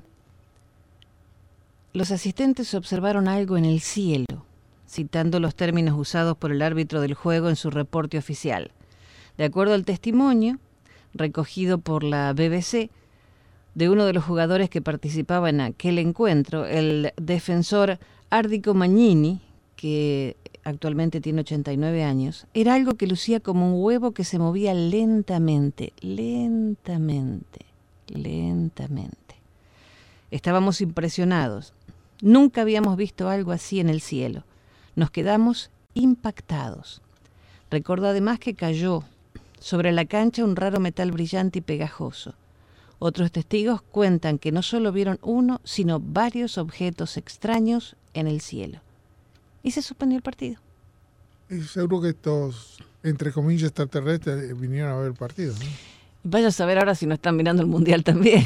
los asistentes observaron algo en el cielo, citando los términos usados por el árbitro del juego en su reporte oficial. De acuerdo al testimonio recogido por la B B C de uno de los jugadores que participaba en aquel encuentro, el defensor Ardico Magnini, que actualmente tiene ochenta y nueve años, era algo que lucía como un huevo que se movía lentamente, lentamente, lentamente. Estábamos impresionados. Nunca habíamos visto algo así en el cielo. Nos quedamos impactados. Recordó además que cayó sobre la cancha un raro metal brillante y pegajoso. Otros testigos cuentan que no solo vieron uno, sino varios objetos extraños en el cielo. Y se suspendió el partido. Y seguro que estos, entre comillas, extraterrestres vinieron a ver el partido, ¿no? Vaya a saber ahora si no están mirando el Mundial también.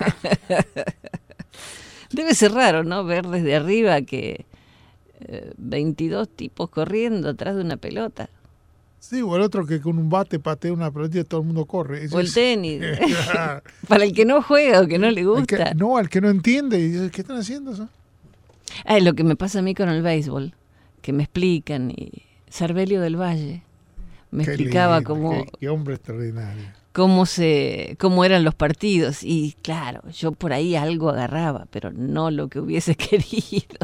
Debe ser raro, ¿no? Ver desde arriba que eh, veintidós tipos corriendo atrás de una pelota. Sí, o el otro que con un bate patea una pelota y todo el mundo corre. Eso o el es... tenis. Para el que no juega o que no le gusta. Que, no, al que no entiende. Y dice, ¿qué están haciendo eso? Ah, es lo que me pasa a mí con el béisbol, que me explican. Y Cervelio del Valle me qué explicaba lindo, cómo... Qué, qué hombre extraordinario. Cómo, se, cómo eran los partidos. Y claro, yo por ahí algo agarraba, pero no lo que hubiese querido.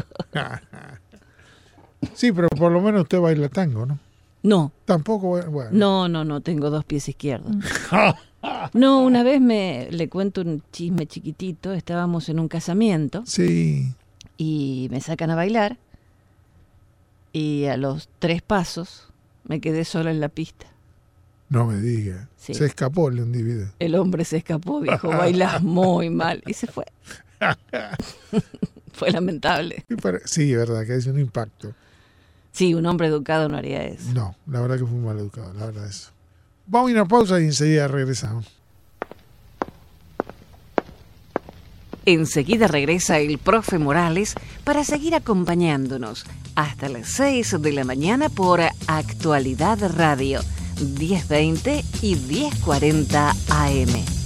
Sí, pero por lo menos usted baila tango, ¿no? No. Tampoco, bueno. No, no, no, tengo dos pies izquierdos. No, una vez me le cuento un chisme chiquitito, estábamos en un casamiento. Sí. Y me sacan a bailar y a los tres pasos me quedé sola en la pista. No me diga. Sí. Se escapó el individuo. El hombre se escapó, dijo, bailas muy mal. Y se fue. Fue lamentable. Sí, verdad, que es un impacto. Sí, un hombre educado no haría eso. No, la verdad que fue mal educado, la verdad eso. Vamos a ir a una pausa y enseguida regresamos. Enseguida regresa el profe Morales para seguir acompañándonos hasta las seis de la mañana por Actualidad Radio, diez veinte y diez cuarenta A M.